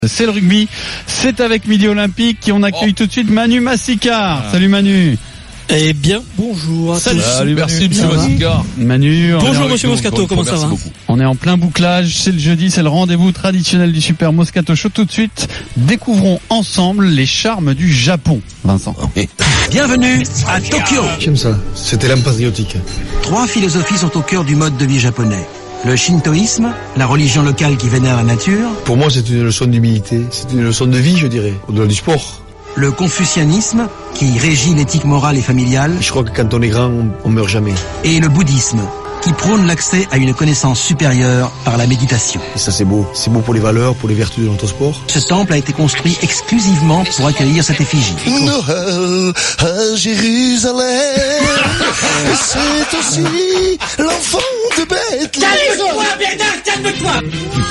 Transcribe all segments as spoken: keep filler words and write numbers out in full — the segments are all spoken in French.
C'est le rugby, c'est avec Midi Olympique qui on accueille oh. tout de suite Manu Massicard. Ah. Salut Manu. Eh bien, bonjour à tous. Salut, Salut merci Monsieur Massicard. Manu. Bonjour Monsieur Moscato, comment ça va? On est en plein bouclage, c'est le jeudi, c'est le rendez-vous traditionnel du Super Moscato Show. Tout de suite, découvrons ensemble les charmes du Japon. Vincent. Bienvenue à Tokyo. J'aime ça, c'était l'âme patriotique. Trois philosophies sont au cœur du mode de vie japonais. Le shintoïsme, la religion locale qui vénère la nature. Pour moi, c'est une leçon d'humilité, c'est une leçon de vie, je dirais, au-delà du sport. Le confucianisme, qui régit l'éthique morale et familiale. Je crois que quand on est grand, on, on meurt jamais. Et le bouddhisme, qui prône l'accès à une connaissance supérieure par la méditation. Et ça, c'est beau. C'est beau pour les valeurs, pour les vertus de notre sport. Ce temple a été construit exclusivement pour accueillir cette effigie. Noël à Jérusalem, c'est aussi l'enfant de Bethléem. Calme-toi, Bernard, calme-toi.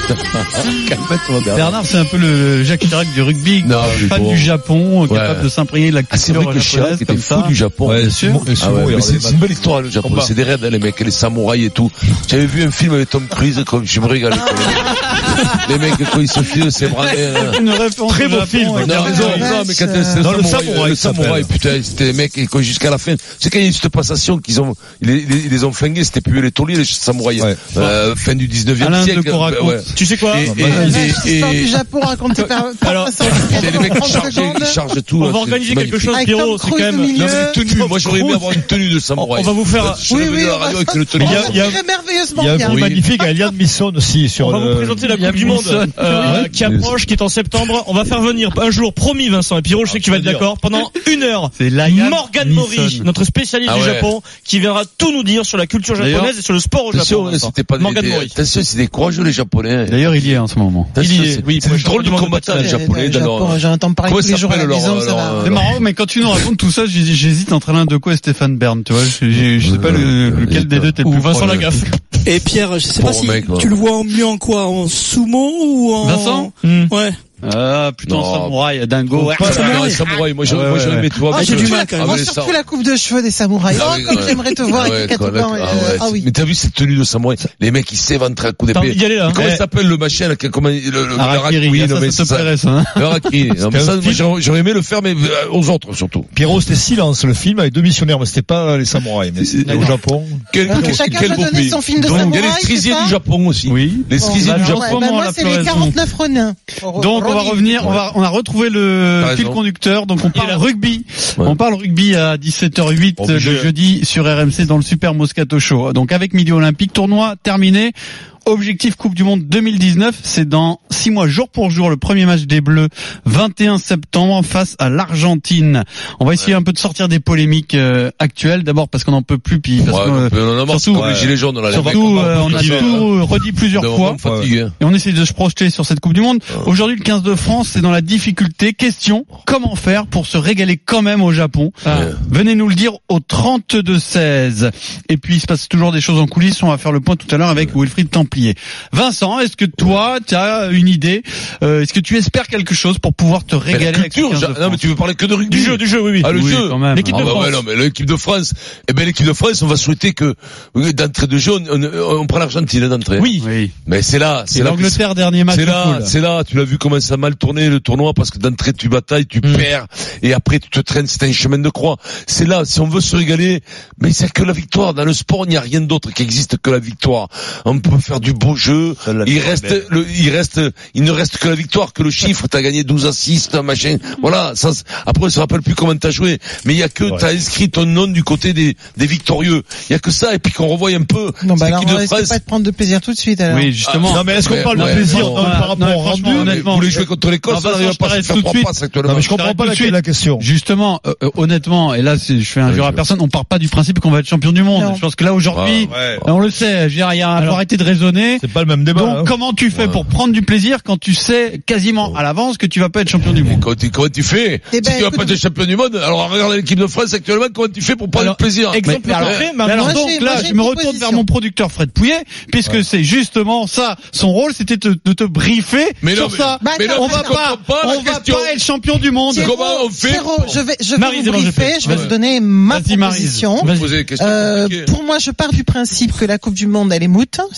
Calme-toi, Bernard, c'est un peu le Jacques Chirac du rugby, non, fan du Japon, ouais. capable de s'imprégner de la culture ah, c'est vrai que Chirac était fou du Japon. Ouais, bien sûr. C'est, ah ouais, c'est, c'est une belle histoire, le Japon. C'est des raids, les mecs, les samouraïs et tout. J'avais vu un film avec Tom Cruise, comme je me régalais. Les mecs, quand ils se filent, c'est vraiment un très beau film. Non, raison, non, mais quand c'est le samouraï, le samouraï, putain, c'était les mecs, jusqu'à la fin. C'est quand il y a eu cette passation qu'ils ont, ils les ont flingués, c'était plus les tauliers, les samouraïs. Euh, fin du dix-neuvième siècle. Ouais. Tu sais quoi? Et, et, et, et... du Japon raconté par, par alors, les mecs qui chargent, qui chargent tout. On va organiser quelque chose, Pierrot, c'est quand même, non, mais une tenue. Moi, j'aurais aimé avoir une tenue de samouraï. On va vous faire, oui, oui, la radio avec une tenue. Il y a, merveilleusement il y a un bien. oui. magnifique à Liam Misson aussi sur on le... va vous présenter la Coupe du Monde, euh, qui approche, qui est en septembre. On va faire venir un jour, promis, Vincent et Pierrot, je sais que tu vas être d'accord, pendant une heure. C'est Morgan Mori, notre spécialiste du Japon, qui viendra tout nous dire sur la culture japonaise et sur le sport au Japon. Morgan Mori. Attention, c'est des courageux les Japonais. D'ailleurs, il y est en ce moment. Il y est, oui. C'est une drôle de combattant les Japonais. J'entends parler tous les jours à la maison. C'est marrant, mais quand tu nous racontes tout ça, j'hésite entre l'un de quoi et Stéphane Bern, tu vois. Je sais pas lequel des deux t'es le plus Vincent Lagaffe. Et Pierre, je sais pas si tu le vois mieux en quoi, en sumo ou en... Vincent? Ouais. Ah, plutôt en samouraï, dingo. Ouais, pas samouraï. samouraï. Moi, j'aurais, moi, j'aurais aimé toi. Ah, j'ai du mal, quand même. Surtout la coupe de cheveux des samouraïs. Oh, comme j'aimerais te voir avec Katoban. Ah oui. Mais t'as vu cette tenue de samouraï? Les mecs, ils s'éventrent à coups d'épée. Comment il s'appelle le machin, là, comment, le, Harakiri. Oui, non, mais ça te plairait, ça. Le Harakiri. J'aurais aimé le faire, mais aux autres, surtout. Pierrot, c'était Silence, le film, avec deux missionnaires, mais c'était pas les samouraïs, mais c'était au Japon. Quel beau pays. Son film de il y a samouraï. les strisiers du Japon aussi. Oui. Les strisiers du Japon. Moi, c'est les quarante-neuf renins. Donc, on va revenir, on va on a retrouvé le fil conducteur, donc on parle rugby. Ouais. On parle rugby à dix-sept heures huit le jeudi sur R M C dans le Super Moscato Show. Donc avec Midi Olympique, tournoi terminé. Objectif Coupe du Monde deux mille dix-neuf, c'est dans six mois, jour pour jour, le premier match des Bleus, vingt et un septembre, face à l'Argentine. On va essayer ouais. un peu de sortir des polémiques euh, actuelles, d'abord parce qu'on n'en peut plus, puis parce ouais, que on en a marre, surtout, ouais. les gilets jaunes, on a surtout, euh, on a tout redit plusieurs de fois, fatigué. Et on essaie de se projeter sur cette Coupe du Monde. Ouais. Aujourd'hui, le quinze de France, c'est dans la difficulté. Question, comment faire pour se régaler quand même au Japon? Ouais. Venez nous le dire au trente-deux seize. Et puis, il se passe toujours des choses en coulisses. On va faire le point tout à l'heure avec ouais. Wilfried Templier. Vincent, est-ce que toi, tu as une idée? euh, Est-ce que tu espères quelque chose pour pouvoir te régaler avec ce quinze de France? Non, mais tu veux parler que de rugby? Du jeu, du jeu, oui, oui. Ah, le oui, jeu. Quand même. L'équipe de ah, bah, France. Ouais, non, mais l'équipe de France. Eh ben, l'équipe de France, on va souhaiter que, d'entrée de jeu, on, on, on prend l'Argentine d'entrée. Oui. oui. Mais c'est là, c'est, c'est là. L'Angleterre, dernier match. C'est là, c'est là. Tu l'as vu comment ça a mal tourné le tournoi parce que d'entrée tu batailles, tu mm. perds, et après tu te traînes, c'est un chemin de croix. C'est là, si on veut se régaler, mais c'est que la victoire. Dans le sport, il n'y a rien d'autre qui existe que la victoire. On peut faire du beau jeu. Il reste, le, il reste, il ne reste que la victoire, que le chiffre. T'as gagné douze assists, machin. Voilà. Ça, après, on se rappelle plus comment t'as joué. Mais il y a que, ouais. t'as inscrit ton nom du côté des, des victorieux. Il y a que ça. Et puis qu'on revoie un peu. Non, bah alors, on essaie pas de prendre de plaisir tout de suite, alors. Oui, justement. Ah, non, mais est-ce qu'on ouais, parle ouais, de plaisir non, non, par rapport non, au rendu? Honnêtement, vous voulez jouer contre l'Écosse, ça n'arrive pas à se faire trois passes actuellement. Non, mais je comprends pas la, la question. Justement, euh, honnêtement, et là, c'est, je fais injure à personne, on part pas du principe qu'on va être champion du monde. Non. Je pense que là, aujourd'hui, ah, ouais. on le sait, il y a, il faut arrêter de raisonner. C'est pas le même débat. Donc, hein. comment tu fais ouais. pour prendre du plaisir quand tu sais quasiment à l'avance que tu vas pas être champion du monde? Comment tu, comment tu fais? Eh ben, si tu vas pas être champion du monde, alors regarde l'équipe de France actuellement, comment tu fais pour prendre alors, du plaisir? Exemple mais, alors, mais alors moi, donc là, je me retourne vers mon producteur Fred Pouillet, puisque ouais. c'est justement ça, son rôle, c'était de, de te briefer mais sur non, ça. Bah, mais non, on va pas, pas on va pas être champion du monde. Thierry, comment on fait? Thierry, je vais, je vais Maryse, vous briefer, je vais ouais. vous donner ma Vas-y, proposition. Maryse. Euh, pour moi, je pars du principe que la Coupe du Monde, elle est moute, si tu veux.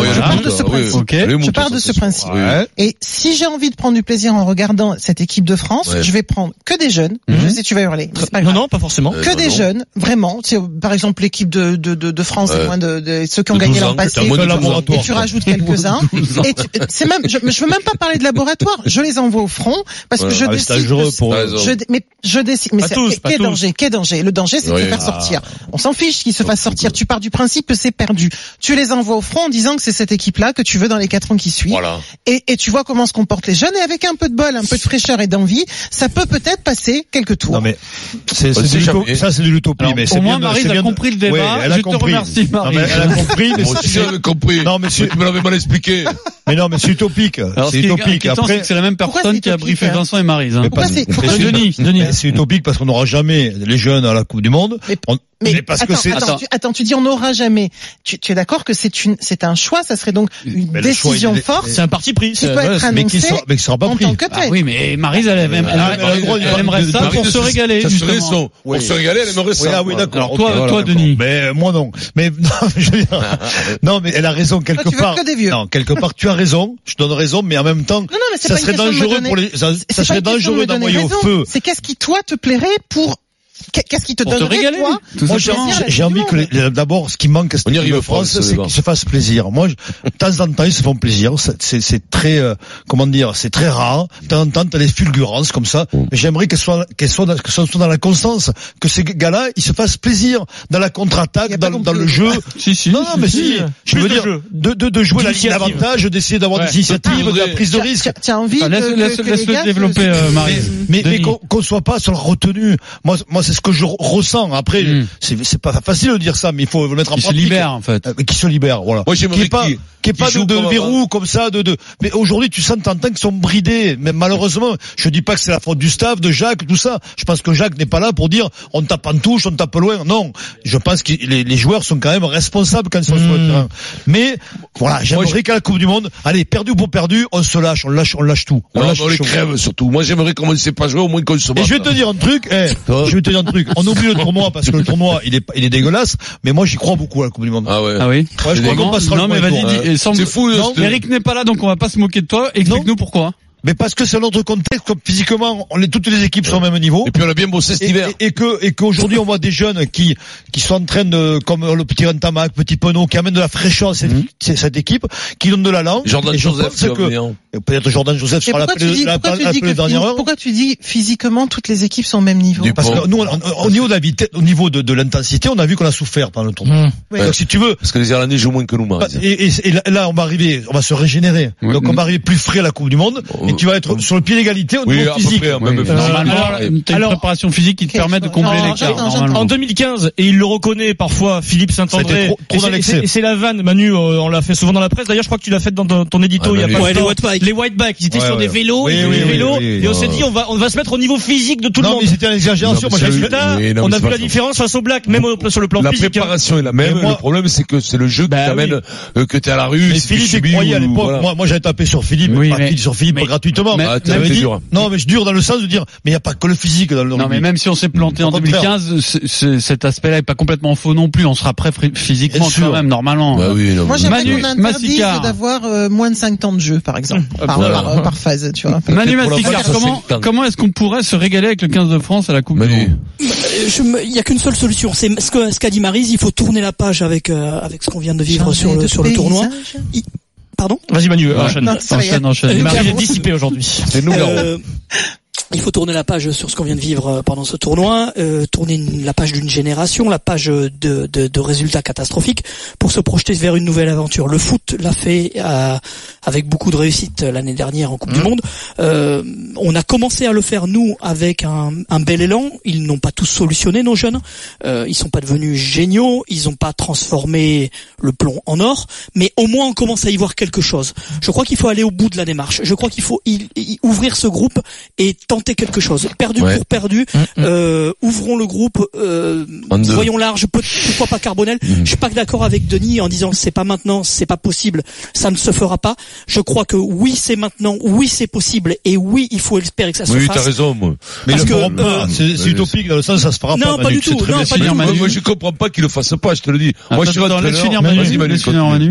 Ouais, je pars de ce principe. Okay. Je pars de ce principe. Ouais. Et si j'ai envie de prendre du plaisir en regardant cette équipe de France, ouais. je vais prendre que des jeunes. Mm-hmm. Je sais, tu vas hurler. Mais c'est pas grave. Non, non, pas forcément. Que euh, des non. jeunes, vraiment. C'est, par exemple, l'équipe de, de, de, de France, ouais. moins de, de ceux qui ont gagné l'an passé. Et tu rajoutes quelques-uns. Et tu, c'est même, je, je veux même pas parler de laboratoire. Je les envoie au front parce que ouais, je décide. Pour je, mais je décide. Mais c'est, tous, quel danger? Quel danger? Le danger, c'est de se faire sortir. On s'en fiche qu'ils se fassent sortir. Tu pars du principe que c'est perdu. Tu les envoies au front en disant que c'est cette équipe-là que tu veux dans les quatre ans qui suivent. Voilà. Et, et tu vois comment se comportent les jeunes et avec un peu de bol, un peu de fraîcheur et d'envie, ça peut peut-être passer quelques tours. Non mais c'est, c'est, c'est du ça c'est de l'utopie. Alors, mais au c'est moins bien, Maryse a compris le débat. Ouais, elle a je compris. te remercie Maryse. Non, mais elle a compris. Mais moi aussi j'avais compris. Non mais tu me l'avais mal expliqué. Mais non mais c'est utopique. Alors, c'est utopique. Après c'est la même personne qui a briefé Vincent et Maryse. Pourquoi c'est Denis Denis c'est utopique parce qu'on n'aura jamais les jeunes à la Coupe du Monde. Mais, mais parce attends, que c'est attends, tu, attends, tu dis on n'aura jamais. Tu, tu es d'accord que c'est une, c'est un choix, ça serait donc une mais décision forte. C'est un parti pris. Qui peut être annoncé mais qui sera, mais qui sera pas en pris. tant que tel. Ah oui, mais Maryse, elle, elle, elle, elle, elle aimerait ça pour se régaler. Justement. Pour se régaler, elle aimerait ça. Ah oui, d'accord. Alors toi, toi, Denis. Mais moi non. Mais non, je veux dire, non, mais elle a raison quelque part. Non, quelque part, tu as raison. Je donne raison, mais en même temps, ça serait dangereux pour les. Ça serait dangereux d'envoyer au feu. C'est qu'est-ce qui toi te plairait pour Qu'est-ce qui te donne régaler, toi? Moi, j'ai, j'ai envie que les, d'abord, ce qui manque à cette équipe de France, c'est qu'ils se fassent plaisir. Moi, je, de temps en temps, ils se font plaisir. C'est, c'est très, euh, comment dire, c'est très rare. De temps en temps, t'as des fulgurances comme ça. Mais j'aimerais qu'elles soient, qu'elles soient, que ce soit dans la constance, que ces gars-là, ils se fassent plaisir dans la contre-attaque, dans, dans le jeu. Si, si. Non, non, mais si. Je veux dire, de, de, de jouer la ligne d'avantage, d'essayer d'avoir des initiatives, de la prise de risque. Tu as envie de laisse-le développer, Marie. Mais, mais qu'on soit pas sur la retenue. Moi, moi, c'est ce que je ressens. Après, mmh. c'est, c'est pas facile de dire ça, mais il faut le mettre en qui pratique. Qui se libère, en fait. Euh, qui se libère, voilà. Moi, j'aimerais qui est pas, qui, qui est pas de, de verrou comme ça, de, de, mais aujourd'hui, tu sens tant qu'ils sont bridés. Mais malheureusement, je dis pas que c'est la faute du staff, de Jacques, tout ça. Je pense que Jacques n'est pas là pour dire, on tape en touche, on tape loin. Non. Je pense que les, les joueurs sont quand même responsables quand ils sont mmh. sur le terrain. Mais, voilà, j'aimerais Moi, qu'à la Coupe du Monde, allez, perdu pour perdu, on se lâche, on lâche, on lâche tout. On non, lâche on les crève, surtout. Moi, j'aimerais qu'on ne sait pas jouer, au moins qu'on se batte. Et je vais te dire un truc, eh, je vais te dire un truc. On oublie le tournoi parce que le tournoi, il est, il est dégueulasse, mais moi, j'y crois beaucoup à la Coupe du Monde. Ah ouais. Ah oui. Ouais, je crois qu'on passera non, le mais vas-y, tour, dis, semble... c'est fou, non, Eric n'est pas là, donc on va pas se moquer de toi. Explique-nous pourquoi. Mais parce que c'est notre contexte, comme physiquement, on est, toutes les équipes sont au même niveau. Et puis on a bien bossé cet et, hiver. Et, et que, et qu'aujourd'hui on voit des jeunes qui, qui sont en train de, comme le petit Rentamac, petit Penaud, qui amènent de la fraîcheur à cette, mmh. cette équipe, qui donnent de la langue. Jordan Joseph, c'est que, peut-être Jordan Joseph sera l'appelé, l'appelé dernière heure. Pourquoi tu dis physiquement toutes les équipes sont au même niveau? Parce que nous, au niveau de la vitesse, au niveau de, de l'intensité, on a vu qu'on a souffert pendant le tournoi. Mmh. Donc si tu veux. Parce que les Irlandais jouent moins que nous, Marie. Et, et, et là, on va arriver, on va se régénérer. Donc on va arriver plus frais à la Coupe du Monde, et tu vas être sur le pied d'égalité au niveau oui, physique. Près, oui. euh, normalement, t'as une préparation physique qui te permet de combler l'écart. En deux mille quinze, et il le reconnaît parfois, Philippe Saint-André. Trop, trop et, c'est, et c'est la vanne, Manu, euh, on l'a fait souvent dans la presse. D'ailleurs, je crois que tu l'as fait dans ton, ton édito. Ah, il y a oui. pas Ouais, les white bikes. Les white bikes, ils étaient ouais, sur ouais. des vélos, oui, ils oui, des oui, vélos, oui, oui, et on s'est oui. dit, on va, on va se mettre au niveau physique de tout non, le monde. Mais c'était une exagération. Moi, résultat, oui, non, on a vu la différence face au Black, même sur le plan la physique. La préparation est la même. Le problème, c'est que c'est le jeu qui t'amène, que t'es à la rue. Mais Philippe croyait à l'époque. Moi, moi, j'avais tapé sur Philippe, sur Philippe gratuitement. Non, mais je dure dans le sens de dire, mais il n'y a pas que le physique dans le Non, mais même si on s'est planté en deux mille quinze, c- c- cet aspect-là est pas complètement faux non plus. On sera prêt physiquement quand même, normalement. Bah oui, non, moi, j'aimerais qu'on interdise d'avoir euh, moins de cinq temps de jeu, par exemple, mmh. par, voilà. par, par phase, tu vois. Manu Massicard, comment, comment est-ce qu'on pourrait se régaler avec le quinze de France à la Coupe du Monde? Il y a qu'une seule solution, c'est ce que ce qu'a dit Maryse. Il faut tourner la page avec euh, avec ce qu'on vient de vivre Changer sur le sur le tournoi. Il... Pardon. Vas-y Manu, ouais. enchaîne. Non, enchaîne, enchaîne. Maryse est dissipée aujourd'hui. C'est nous, euh, Il faut tourner la page sur ce qu'on vient de vivre pendant ce tournoi, euh, tourner une, la page d'une génération, la page de, de, de résultats catastrophiques pour se projeter vers une nouvelle aventure. Le foot l'a fait euh, avec beaucoup de réussite l'année dernière en Coupe mmh. du Monde. Euh, on a commencé à le faire nous avec un, un bel élan. Ils n'ont pas tous solutionné, nos jeunes. Euh, ils sont pas devenus géniaux. Ils n'ont pas transformé le plomb en or. Mais au moins on commence à y voir quelque chose. Je crois qu'il faut aller au bout de la démarche. Je crois qu'il faut y, y ouvrir ce groupe et tenter quelque chose. Perdu ouais. pour perdu. Mmh, euh, ouvrons le groupe. Euh, voyons large. Pourquoi pas Carbonel. Mmh. Je suis pas d'accord avec Denis en disant c'est pas maintenant, c'est pas possible, ça ne se fera pas. Je crois que oui c'est maintenant, oui c'est possible et oui il faut espérer que ça se oui, fasse. Oui t'as raison moi. Mais parce ils le feront que, pas. Euh, c'est, c'est utopique dans le sens ça se fera non, pas. pas du tout. Non, pas du tout. Moi je comprends pas qu'ils le fassent pas. Je te le dis. Ah, moi je suis dans le finir Manu. Vas-y Manu.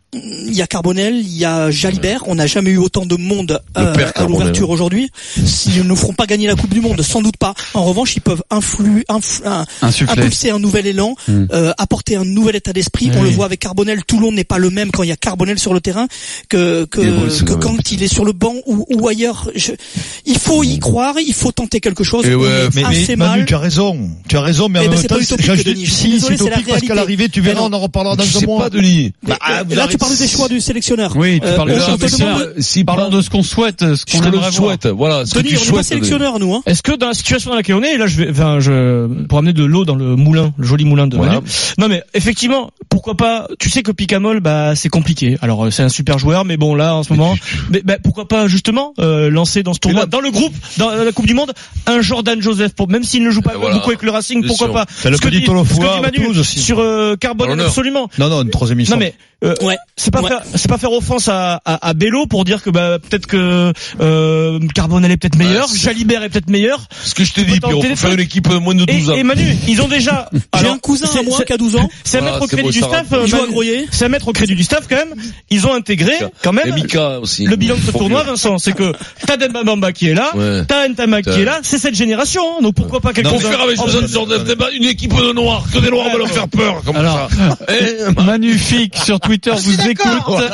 il y a Carbonel, il y a Jalibert. On n'a jamais eu autant de monde euh, à l'ouverture aujourd'hui. S'ils ne nous feront pas gagner la Coupe du Monde, sans doute pas. En revanche, ils peuvent influer, influ, un, impulser un nouvel élan, mmh. euh, apporter un nouvel état d'esprit. Mmh. On le voit avec Carbonel. Toulon n'est pas le même quand il y a Carbonel sur le terrain que que, que, que quand il est sur le banc ou, ou ailleurs. Je, il faut y croire, il faut tenter quelque chose. Et ouais, mais, mais Manu, tu as raison, tu as raison, mais en eh ben même c'est temps, pas utopique, je, Denis. je, si, désolé, c'est utopique parce qu'à l'arrivée, tu verras, on en reparlera dans un mois. Pas Denis. Bah, là, tu parles des choix du sélectionneur. Oui, tu parles euh, de ça. Si parlons de ce qu'on souhaite, ce qu'on aimerait souhaite, voilà. Ce Denis, que tu on n'est souhaites, pas sélectionneur, nous. Hein. Est-ce que dans la situation dans laquelle on est, et là, je vais, enfin, je, pour amener de l'eau dans le moulin, le joli moulin de voilà. Manu. Non, mais effectivement, pourquoi pas. Tu sais que Picamol, bah, c'est compliqué. Alors, c'est un super joueur, mais bon, là, en ce moment, mais bah, pourquoi pas justement euh, lancer dans ce tournoi, dans le groupe, dans la Coupe du Monde, un Jordan Joseph, pour même s'il ne joue pas voilà. beaucoup avec le Racing, Bien pourquoi sûr. pas. C'est le petit Tolofoa aussi sur euh, Carbonel, absolument. Non, non, une troisième émission. Non mais euh, ouais. c'est pas ouais. faire, c'est pas faire offense à, à, à Bello pour dire que bah peut-être que euh, Carbonel est peut-être meilleur, ouais, Jalibert est peut-être meilleur. Ce que je t'ai dit, puis on peut faire une équipe de moins de douze et, ans. Et Manu, ils ont déjà. J'ai un cousin à moi qui a douze ans. C'est à mettre au crédit du staff. Il joue à Groyer. C'est à mettre au crédit du staff quand même. Ils ont intégré quand même. Et Mika aussi. Le bilan de ce tournoi, Vincent, c'est que t'as Demba Bamba qui est là, ouais. t'as Ntama qui est là, c'est cette génération. Hein, donc pourquoi pas quelqu'un. On faire avec une équipe de noirs, que des noirs veulent leur faire peur. Comme Alors, ça. Eh, Magnifique sur Twitter vous écoute.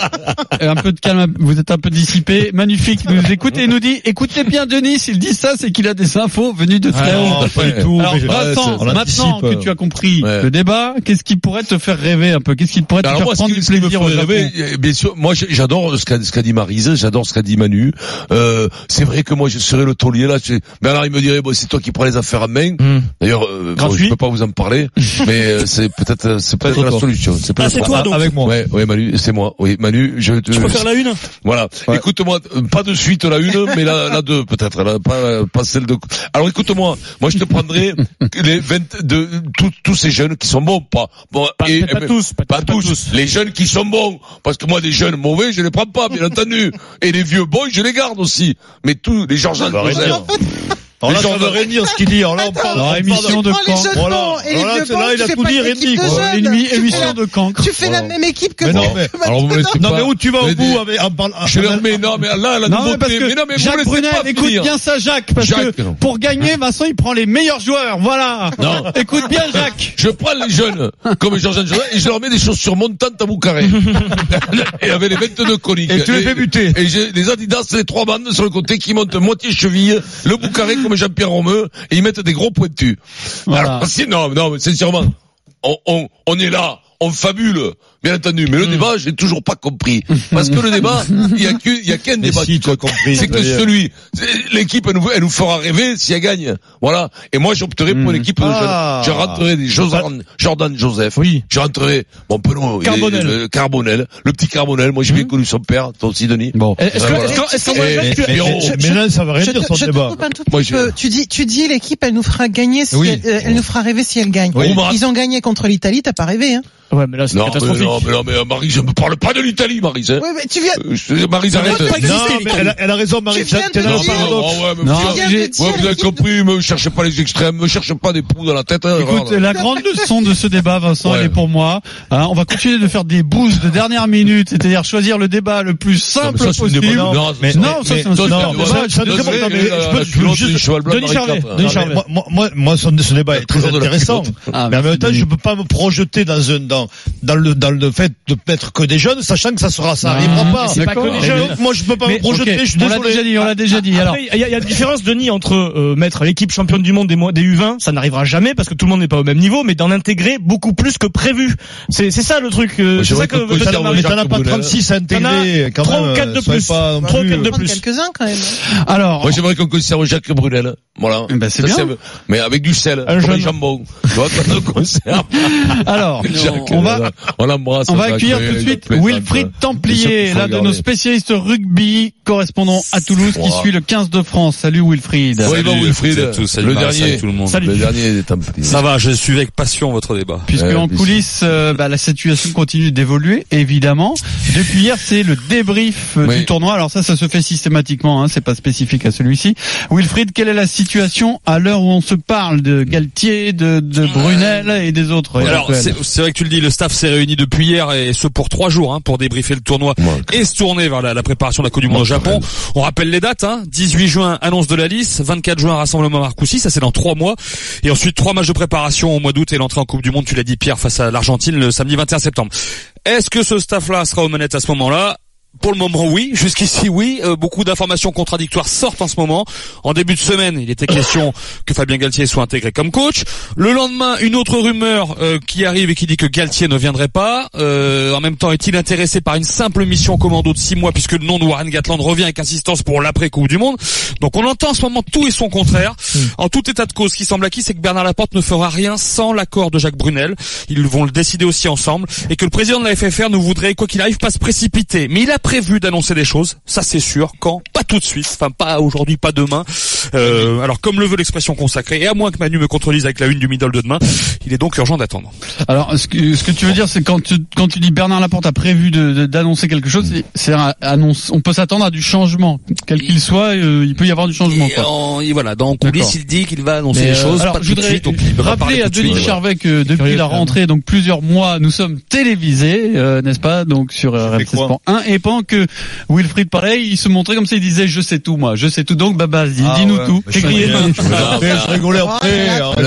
Un peu de calme, vous êtes un peu dissipé. Magnifique nous écoute et nous dit écoutez bien Denis, s'il dit ça, c'est qu'il a des infos venues de très haut. Ah, pas du tout. Alors Vincent, ouais, maintenant que tu as compris ouais. le débat, qu'est-ce qui pourrait te faire rêver un peu? Qu'est-ce qui pourrait te Alors faire moi, prendre du plaisir au rêver? Bien sûr, moi j'adore ce qu'a ce qu'a dit Maryse, j'adore ce qu'a dit Manu. Euh, c'est vrai que moi je serais le taulier là. Bernard il me dirait bon c'est toi qui prends les affaires en main. Mm. D'ailleurs, euh, bon, je peux pas vous en parler, mais euh, c'est peut-être c'est peut-être la solution. C'est ah, c'est toi donc. Avec moi. Ouais, ouais Manu, c'est moi. Oui Manu, je te. Tu peux faire la une. Voilà. Ouais. Écoute-moi, pas de suite la une, mais la, la deux peut-être, la, pas pas celle de. Alors écoute-moi, moi je te prendrai les vingt de tous tous ces jeunes qui sont bons, pas bon pas, et pas, mais, tous, pas, pas, pas tous, tous, les jeunes qui sont bons, parce que moi des jeunes mauvais je les prends pas bien entendu, et les vieux bons je les garde aussi, mais tous les Georges Alors là, ça veut rien dire ce qu'il dit. Alors là, on parle. Alors, émission de camp. Voilà. Et les vieux là, il a tout dit, rien dit. Émission de camp. Tu fais la même équipe que mais non, mais, alors, vous non, mais où tu vas au bout avec, en parlant, je leur mets, non, mais là, la non, nouveauté, mais non, mais Jacques Brunel, écoute bien ça, Jacques, parce Jacques, que non. pour gagner, Vincent, il prend les meilleurs joueurs, voilà. Non. Écoute bien, Jacques. Je prends les jeunes, comme Georges Joseph, et je leur mets des chaussures montantes à bout carré. Et avec les vingt-deux coliques. Et tu les fais buter. Et j'ai les Adidas, les trois bandes sur le côté qui montent moitié cheville, le bout carré comme Jean-Pierre Romeu, et ils mettent des gros pointus. Voilà. Alors, si, non, non, mais sincèrement, on, on, on est là, on fabule, bien entendu, mais le mmh. débat, j'ai toujours pas compris. Parce que le débat, il y a qu'un, il y a qu'un débat. Si, tu as compris. C'est que celui, l'équipe, elle nous, elle nous fera rêver si elle gagne. Voilà. Et moi, j'opterai pour une équipe de ah. jeunes. Je rentrerai des Jordan, Jordan Joseph. Oui. Je rentrerai, bon, Penon, Carbonel. Le, le Carbonel. Le petit Carbonel. Moi, j'ai bien mmh. connu son père. Toi aussi, Denis. Bon. Est-ce que, est-ce que, mais là, ça va rien dire, son débat. Tu dis, tu dis, l'équipe, elle nous fera gagner si elle nous fera rêver si elle gagne. Ils ont gagné contre l'Italie, t'as pas rêvé, hein? Ouais, mais là, c'est catastrophique. Non, mais non, mais Marie, je me parle pas de l'Italie, Marie. Hein. Oui, mais tu viens. Euh, Marie, arrête. Non, mais elle a, elle a raison, Marie. Tu viens de non, dire. Oh, ouais, mais non, vous, ouais, vous avez compris, me cherchez pas les extrêmes, me cherchez pas des poux dans la tête. Hein, écoute, voilà. la grande leçon de ce débat, Vincent, ouais. elle est pour moi. Hein, on va continuer de faire des boosts de dernière minute, c'est-à-dire choisir le débat le plus simple non, ça, possible. Non, non, mais, non, ça, c'est un super débat. Ça dépend, mais je peux juste, Denis Charvet, Denis Charvet. Moi, moi, ce débat est très intéressant. Mais en même temps, je peux pas me projeter dans un, dans, dans le, dans le fait de mettre que des jeunes, sachant que ça sera, ça arrivera pas. C'est pas que des jeunes. Moi, je peux pas me projeter, je suis désolé. On l'a déjà dit, on l'a déjà dit. Alors, il y a, il y a une différence, Denis, entre euh, mettre l'équipe championne du monde des, des U vingt, ça n'arrivera jamais parce que tout le monde n'est pas au même niveau, mais d'en intégrer beaucoup plus que prévu. C'est, c'est ça le truc. Euh, c'est ça que. Mais t'en as pas trente-six à intégrer, quand même. trois ou quatre de plus. trois ou quatre de plus. Quelques-uns, quand même. Alors. Moi, j'aimerais qu'on conserve Jacques Brunel. Voilà. Ben, c'est bien. Mais avec du sel. Un jeune jambon. Tu vois, qu'on le conserve. Alors, on va, on l'embrasse. On va accueillir tout de suite Wilfried Templier, l'un de nos spécialistes rugby, correspondant à Toulouse, qui suit le quinze de France. Salut Wilfried. Salut Wilfried. Le dernier. Tout le monde. Le dernier des Templiers. Ça va, je suis avec passion votre débat. Puisque en coulisses, euh, bah, la situation continue d'évoluer, évidemment. Depuis hier, c'est le débrief euh, oui. du tournoi. Alors ça, ça se fait systématiquement, hein, c'est pas spécifique à celui-ci. Wilfried, quelle est la situation à l'heure où on se parle de Galtier, de, de Brunel et des autres? Alors, c'est, c'est vrai que tu le dis, le staff s'est réuni depuis depuis hier et ce pour trois jours hein, pour débriefer le tournoi ouais. et se tourner vers la, la préparation de la Coupe du Monde au Japon. On rappelle les dates, hein, dix-huit juin annonce de la liste, vingt-quatre juin rassemblement à Marcoussis, ça c'est dans trois mois, et ensuite trois matchs de préparation au mois d'août et l'entrée en Coupe du Monde, tu l'as dit Pierre, face à l'Argentine le samedi vingt et un septembre. Est-ce que ce staff-là sera aux manettes à ce moment-là ? Pour le moment, oui. Jusqu'ici, oui. Euh, beaucoup d'informations contradictoires sortent en ce moment. En début de semaine, il était question que Fabien Galtier soit intégré comme coach. Le lendemain, une autre rumeur euh, qui arrive et qui dit que Galtier ne viendrait pas. Euh, en même temps, est-il intéressé par une simple mission commando de six mois puisque le nom de Warren Gatland revient avec insistance pour l'après-Coupe du Monde. Donc on entend en ce moment tout et son contraire. Mmh. En tout état de cause, ce qui semble acquis, c'est que Bernard Laporte ne fera rien sans l'accord de Jacques Brunel. Ils vont le décider aussi ensemble et que le président de la F F R ne voudrait, quoi qu'il arrive, pas se précipiter. Mais il a prévu d'annoncer des choses, ça c'est sûr. Quand? Pas tout de suite, enfin pas aujourd'hui, pas demain. Euh, alors comme le veut l'expression consacrée, et à moins que Manu me contredise avec la une du middle de demain, il est donc urgent d'attendre. Alors ce que, ce que tu veux dire, c'est quand tu, quand tu dis Bernard Laporte a prévu de, de, d'annoncer quelque chose, c'est, c'est un annonce. On peut s'attendre à du changement, quel qu'il soit, euh, il peut y avoir du changement. Et, en, et voilà, dans coulisses, il dit qu'il va annoncer Mais des euh, choses. Alors pas je voudrais suite, donc il rappeler à Denis Charvet que depuis Curieux, la rentrée, donc plusieurs mois, nous sommes télévisés, euh, n'est-ce pas, donc sur R M C Sport un, et pendant que Wilfried pareil, il se montrait comme ça, il disait je sais tout moi, je sais tout, donc Baba, dis, ah, dis-nous ouais, tout. Je rigolais après.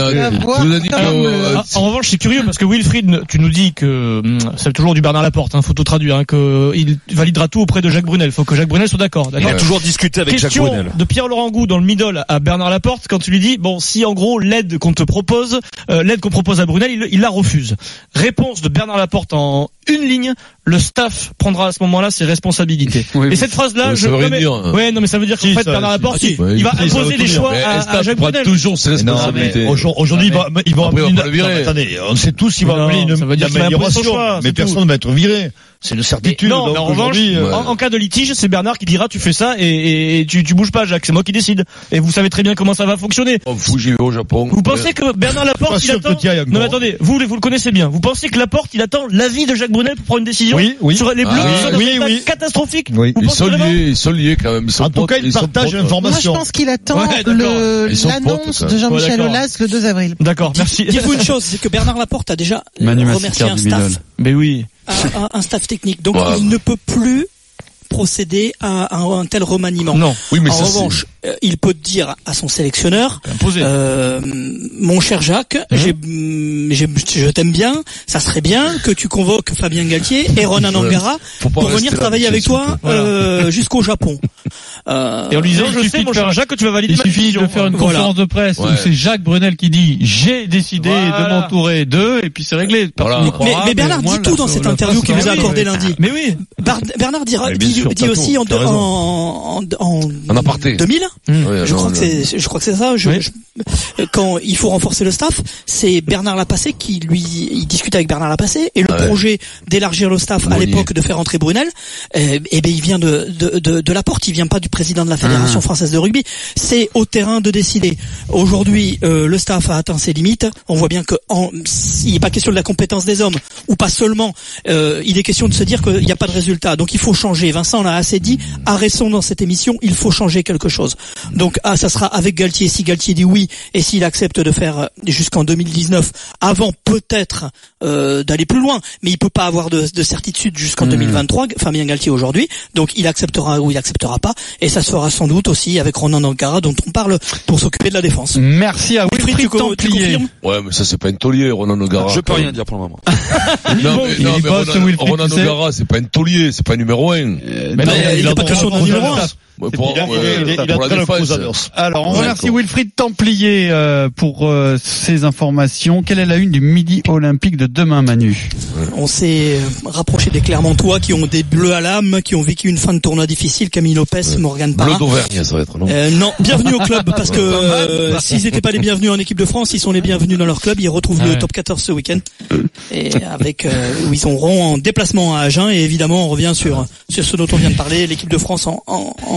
En revanche, c'est curieux parce que Wilfried, tu nous dis que c'est toujours du Bernard Laporte, hein, faut tout traduire, hein, que il validera tout auprès de Jacques Brunel. Faut que Jacques Brunel soit d'accord. d'accord. Il a toujours discuté avec Question Jacques Brunel. De Pierre-Laurent Gou dans le middle à Bernard Laporte quand tu lui dis bon, si en gros l'aide qu'on te propose, euh, l'aide qu'on propose à Brunel, il, il la refuse. Réponse de Bernard Laporte en une ligne, le staff prendra à ce moment-là ses responsabilités. Oui, et cette phrase-là, je non, mais, dire, hein. Ouais, non mais ça veut dire qu'en si, fait ça, Bernard Laporte, si, il, il va si, imposer les choix à, à Jacques Brunel. Toujours ses responsabilités. Non, aujourd'hui, non, mais, ils vont amener une... Attendez, on sait tous qu'ils vont amener une amélioration, mais personne ne va être viré. C'est une certitude. Non, mais en revanche, euh... en, en cas de litige, c'est Bernard qui dira tu fais ça et, et, et tu, tu bouges pas, Jacques. C'est moi qui décide. Et vous savez très bien comment ça va fonctionner. Oh, fou, j'y vais au Japon. Vous pensez que Bernard Laporte il attend Non, mais attendez, vous vous le connaissez bien. Vous pensez que Laporte il attend l'avis de Jacques Brunel pour prendre une décision oui, oui. sur les Bleus, ah, sur oui, oui. catastrophique. Oui. Ils sont liés, ils sont liés quand même. Ils sont en tout cas, ils partagent l'information. Moi, je pense qu'il attend ouais, le, l'annonce de Jean-Michel Aulas le deux avril. D'accord, merci. Dites-vous une chose, c'est que Bernard Laporte a déjà remercié un staff. Mais oui. Un, un staff technique. Donc, ouais. il ne peut plus procéder à un, un tel remaniement. Non. Oui, mais en ça, revanche, euh, il peut dire à son sélectionneur, euh, mon cher Jacques, mmh. j'ai, j'ai, je t'aime bien, ça serait bien que tu convoques Fabien Galtier et Ronan Angara pour venir travailler avec toi euh, voilà. jusqu'au Japon. Euh, et en lui disant, je sais, mon cher Jacques, que tu vas valider il suffit de faire une voilà. conférence de presse ouais. où c'est Jacques Brunel qui dit j'ai décidé voilà. de m'entourer d'eux et puis c'est réglé. Voilà. Mais, croira, mais, mais Bernard mais dit tout dans cette interview qu'il nous a accordé lundi. Mais oui. Bernard dira, dit, sûr, dit aussi en, de, en, en, en, en aparté. deux mille, mmh. je crois que c'est, je crois que c'est ça. Je, oui. je, quand il faut renforcer le staff, c'est Bernard Lapassé qui lui, il discute avec Bernard Lapassé et le ouais. projet d'élargir le staff Monnier. à l'époque de faire entrer Brunel, eh, eh ben il vient de de de, de Laporte, il vient pas du président de la Fédération mmh. française de rugby. C'est au terrain de décider. Aujourd'hui, euh, le staff a atteint ses limites. On voit bien que en, il n'est pas question de la compétence des hommes ou pas seulement. Euh, il est question de se dire qu'il n'y a pas de résultat. Donc il faut changer. Vincent l'a assez dit. Arrêtons dans cette émission. Il faut changer quelque chose. Donc ah, ça sera avec Galtier. Si Galtier dit oui et s'il accepte de faire jusqu'en deux mille dix-neuf, avant peut-être euh, d'aller plus loin, mais il peut pas avoir de, de certitude jusqu'en mmh. deux mille vingt-trois. Fabien Galtier aujourd'hui. Donc il acceptera ou il acceptera pas. Et ça se fera sans doute aussi avec Ronan Angara dont on parle pour s'occuper de la défense. Merci à Wilfried, tu, co- tu confirmes ? Ouais, mais ça c'est pas un taulier, Ronan Angara. Je peux rien dire pour le moment. non, mais, non, mais Ronan, Ronan Angara, c'est pas un taulier, c'est pas un numéro un. Euh, mais non, il n'y a pas de question de numéro un. Ouais, pour, il a, euh, il a, il a pour la défense. Alors, on ouais, remercie d'accord. Wilfried Templier euh, pour euh, ces informations. Quelle est la une du Midi Olympique de demain, Manu ? On s'est rapproché des Clermontois qui ont des bleus à l'âme, qui ont vécu une fin de tournoi difficile. Camille Lopez, ouais. Morgane Parra. Bleu d'Auvergne, ça va être, non euh, Non, bienvenue au club, parce que euh, s'ils n'étaient pas les bienvenus en équipe de France, ils sont les bienvenus dans leur club. Ils retrouvent ah le ouais. top quatorze ce week-end. Et avec euh, où ils auront en déplacement à Agen. Et évidemment, on revient sur, sur ce dont on vient de parler, l'équipe de France en, en, en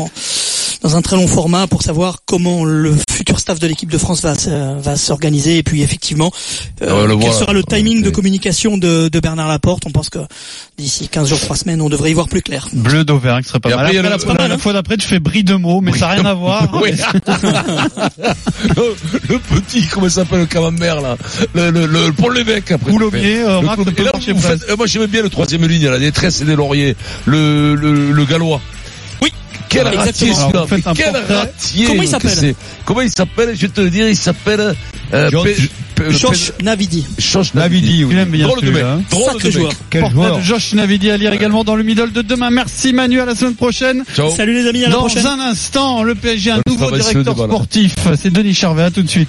dans dans un très long format pour savoir comment le futur staff de l'équipe de France va va s'organiser et puis effectivement euh, quel voilà. sera le timing okay. de communication de, de Bernard Laporte. On pense que d'ici quinze jours, trois semaines, on devrait y voir plus clair. Bleu d'Auvergne, ce serait pas et mal. Après, après, la, la, la, la fois d'après, tu fais bris de mots, mais oui. ça n'a rien à voir. Oui. le, le petit, comment il s'appelle, le camembert là, le le, le pour l'évêque après. Coulommiers, euh, Marc, le là, vous faites, euh, moi j'aimais bien le troisième ligne, la détresse et des lauriers, le le le gallois. Oui. Quel ratier celui-là. Quel ratier. Comment il s'appelle? Comment il s'appelle? Je vais te le dire, il s'appelle euh, Josh Navidi. Josh Navidi, oui. Drôle de mec. Drôle de joueur. Quel joueur. Josh Navidi à lire également dans le middle de demain. Merci Manu, à la semaine prochaine. Ciao. Salut les amis, à la prochaine. Dans un instant, le P S G a un nouveau directeur sportif. C'est Denis Charvet, à tout de suite.